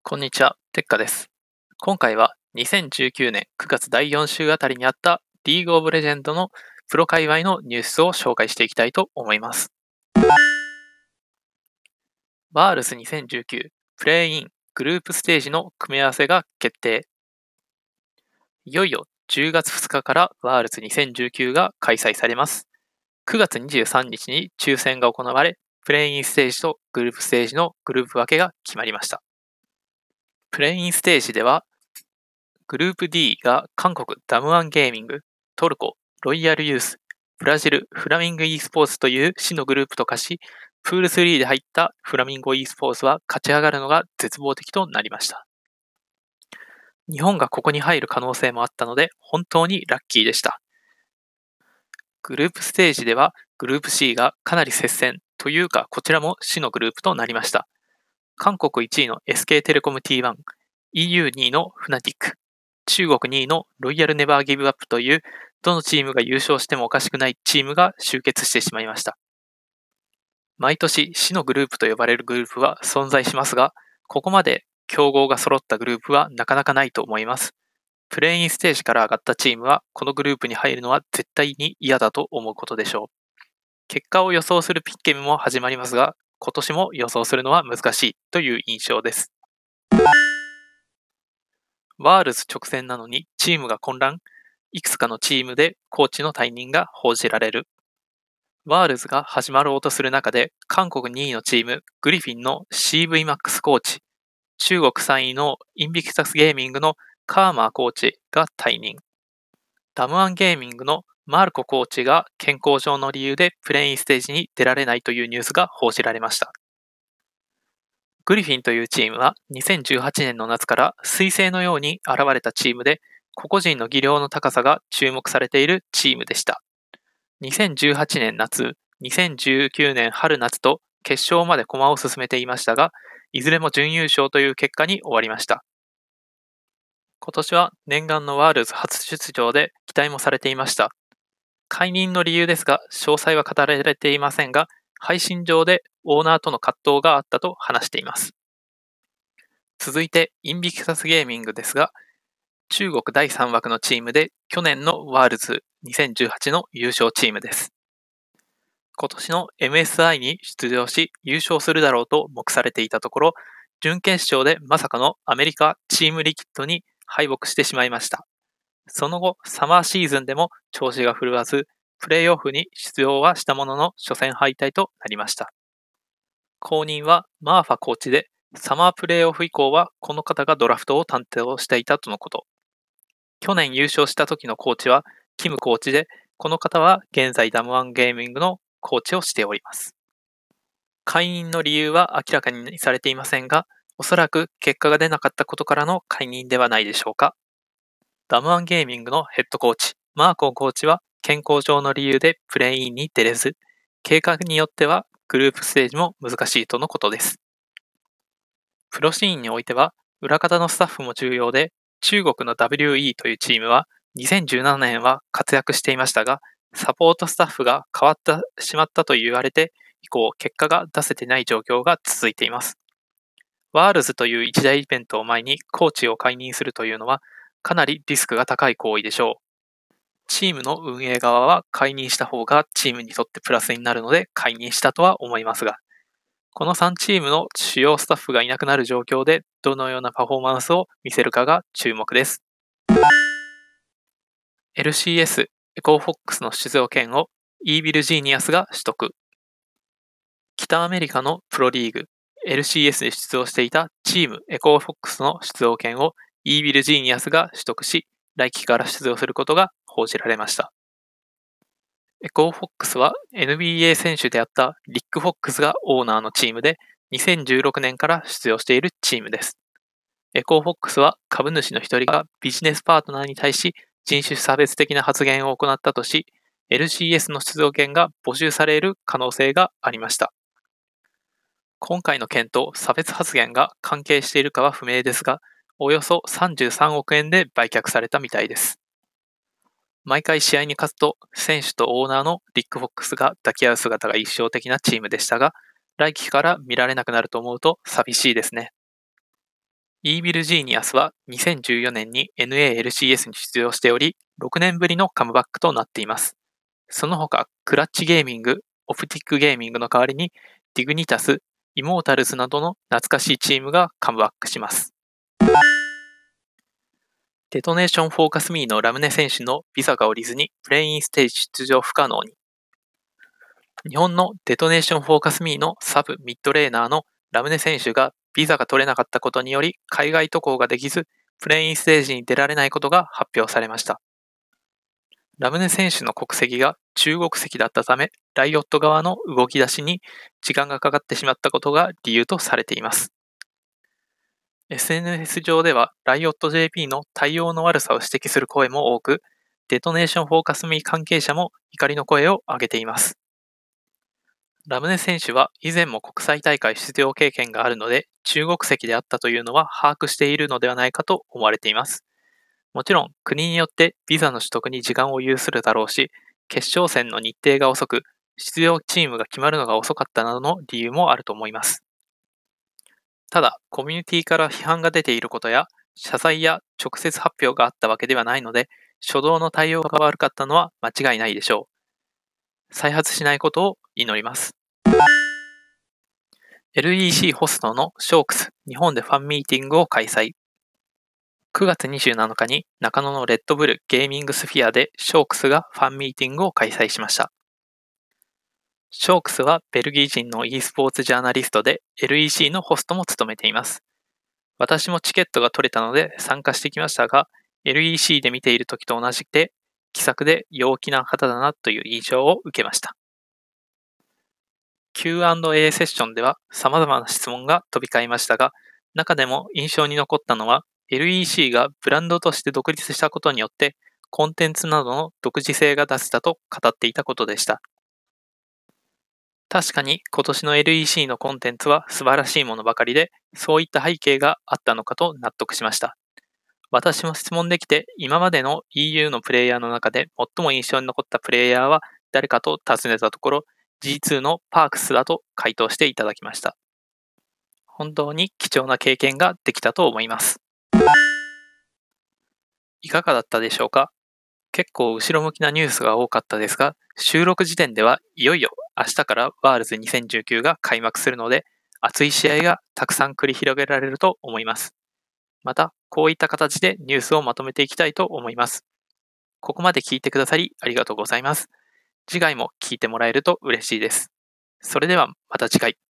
こんにちは、テッカです。今回は2019年9月第4週あたりにあったリーグオブレジェンドのプロ界隈のニュースを紹介していきたいと思います。ワールズ2019プレイイングループステージの組み合わせが決定。いよいよ10月2日からワールズ2019が開催されます。9月23日に抽選が行われ、プレイインステージとグループステージのグループ分けが決まりました。プレイインステージではグループ D が韓国ダムワンゲーミング、トルコロイヤルユース、ブラジルフラミンゴ e スポーツという市のグループと化し、プール3で入ったフラミンゴ e スポーツは勝ち上がるのが絶望的となりました。日本がここに入る可能性もあったので本当にラッキーでした。グループステージではグループ C がかなり接戦というかこちらも市のグループとなりました。韓国1位の SK テレコム T1、EU2 位のフナティック、中国2位のロイヤルネバーギブアップというどのチームが優勝してもおかしくないチームが集結してしまいました。毎年死のグループと呼ばれるグループは存在しますが、ここまで強豪が揃ったグループはなかなかないと思います。プレインステージから上がったチームはこのグループに入るのは絶対に嫌だと思うことでしょう。結果を予想するピッケムも始まりますが、今年も予想するのは難しいという印象です。ワールズ直線なのにチームが混乱、いくつかのチームでコーチの退任が報じられる。ワールズが始まろうとする中で、韓国2位のチーム、グリフィンの CVMAX コーチ、中国3位のインビクタスゲーミングのカーマーコーチが退任。ダムワンゲーミングのマルココーチが健康上の理由でプレインステージに出られないというニュースが報じられました。グリフィンというチームは2018年の夏から彗星のように現れたチームで、個々人の技量の高さが注目されているチームでした。2018年夏、2019年春夏と決勝まで駒を進めていましたが、いずれも準優勝という結果に終わりました。今年は念願のワールズ初出場で期待もされていました。解任の理由ですが、詳細は語られていませんが、配信上でオーナーとの葛藤があったと話しています。続いて、インビクタスゲーミングですが、中国第3枠のチームで去年のワールズ2018の優勝チームです。今年の MSI に出場し優勝するだろうと目されていたところ、準決勝でまさかのアメリカチームリキッドに敗北してしまいました。その後、サマーシーズンでも調子が振るわず、プレーオフに出場はしたものの初戦敗退となりました。後任はマーファコーチで、サマープレーオフ以降はこの方がドラフトを担当していたとのこと。去年優勝した時のコーチはキムコーチで、この方は現在ダムワンゲーミングのコーチをしております。解任の理由は明らかにされていませんが、おそらく結果が出なかったことからの解任ではないでしょうか。ダムワンゲーミングのヘッドコーチ、マーコーコーチは健康上の理由でプレイインに出れず、計画によってはグループステージも難しいとのことです。プロシーンにおいては、裏方のスタッフも重要で、中国の WE というチームは2017年は活躍していましたが、サポートスタッフが変わってしまったと言われて以降、結果が出せてない状況が続いています。ワールズという一大イベントを前にコーチを解任するというのは、かなりリスクが高い行為でしょう。チームの運営側は解任した方がチームにとってプラスになるので解任したとは思いますが、この3チームの主要スタッフがいなくなる状況でどのようなパフォーマンスを見せるかが注目です。LCS エコーフォックスの出場権をイービルジーニアスが取得。北アメリカのプロリーグ LCS で出場していたチームエコーフォックスの出場権をイービルジーニアスが取得し、来季から出場することが報じられました。エコーフォックスは NBA 選手であったリック・フォックスがオーナーのチームで、2016年から出場しているチームです。エコーフォックスは株主の一人がビジネスパートナーに対し人種差別的な発言を行ったとし、LCS の出場権が募集される可能性がありました。今回の件と差別発言が関係しているかは不明ですが、およそ33億円で売却されたみたいです。毎回試合に勝つと、選手とオーナーのリック・フォックスが抱き合う姿が印象的なチームでしたが、来季から見られなくなると思うと寂しいですね。 イービルジーニアスは2014年に NALCS に出場しており、6年ぶりのカムバックとなっています。その他、クラッチゲーミング、オプティックゲーミングの代わりに、ディグニタス、イモータルズなどの懐かしいチームがカムバックします。デトネーションフォーカスミーのラムネ選手のビザが降りずにプレインステージ出場不可能に。日本のデトネーションフォーカスミーのサブミッドレーナーのラムネ選手がビザが取れなかったことにより海外渡航ができず、プレインステージに出られないことが発表されました。ラムネ選手の国籍が中国籍だったため、ライオット側の動き出しに時間がかかってしまったことが理由とされています。SNS 上では、ライオット JP の対応の悪さを指摘する声も多く、デトネーションフォーカスミー関係者も怒りの声を上げています。ラムネ選手は以前も国際大会出場経験があるので、中国籍であったというのは把握しているのではないかと思われています。もちろん、国によってビザの取得に時間を有するだろうし、決勝戦の日程が遅く、出場チームが決まるのが遅かったなどの理由もあると思います。ただ、コミュニティから批判が出ていることや、謝罪や直接発表があったわけではないので、初動の対応が悪かったのは間違いないでしょう。再発しないことを祈ります。LEC ホストのショークス日本でファンミーティングを開催。9月27日に中野のレッドブルゲーミングスフィアでショークスがファンミーティングを開催しました。ショークスはベルギー人の e スポーツジャーナリストで LEC のホストも務めています。私もチケットが取れたので参加してきましたが、LEC で見ている時と同じで気さくで陽気な方だなという印象を受けました。Q&A セッションでは様々な質問が飛び交いましたが、中でも印象に残ったのは LEC がブランドとして独立したことによってコンテンツなどの独自性が出せたと語っていたことでした。確かに今年の LEC のコンテンツは素晴らしいものばかりで、そういった背景があったのかと納得しました。私も質問できて、今までの EU のプレイヤーの中で最も印象に残ったプレイヤーは誰かと尋ねたところ、G2 のパークスだと回答していただきました。本当に貴重な経験ができたと思います。いかがだったでしょうか？結構後ろ向きなニュースが多かったですが、収録時点ではいよいよ明日からワールズ2019が開幕するので、熱い試合がたくさん繰り広げられると思います。また、こういった形でニュースをまとめていきたいと思います。ここまで聞いてくださりありがとうございます。次回も聞いてもらえると嬉しいです。それではまた次回。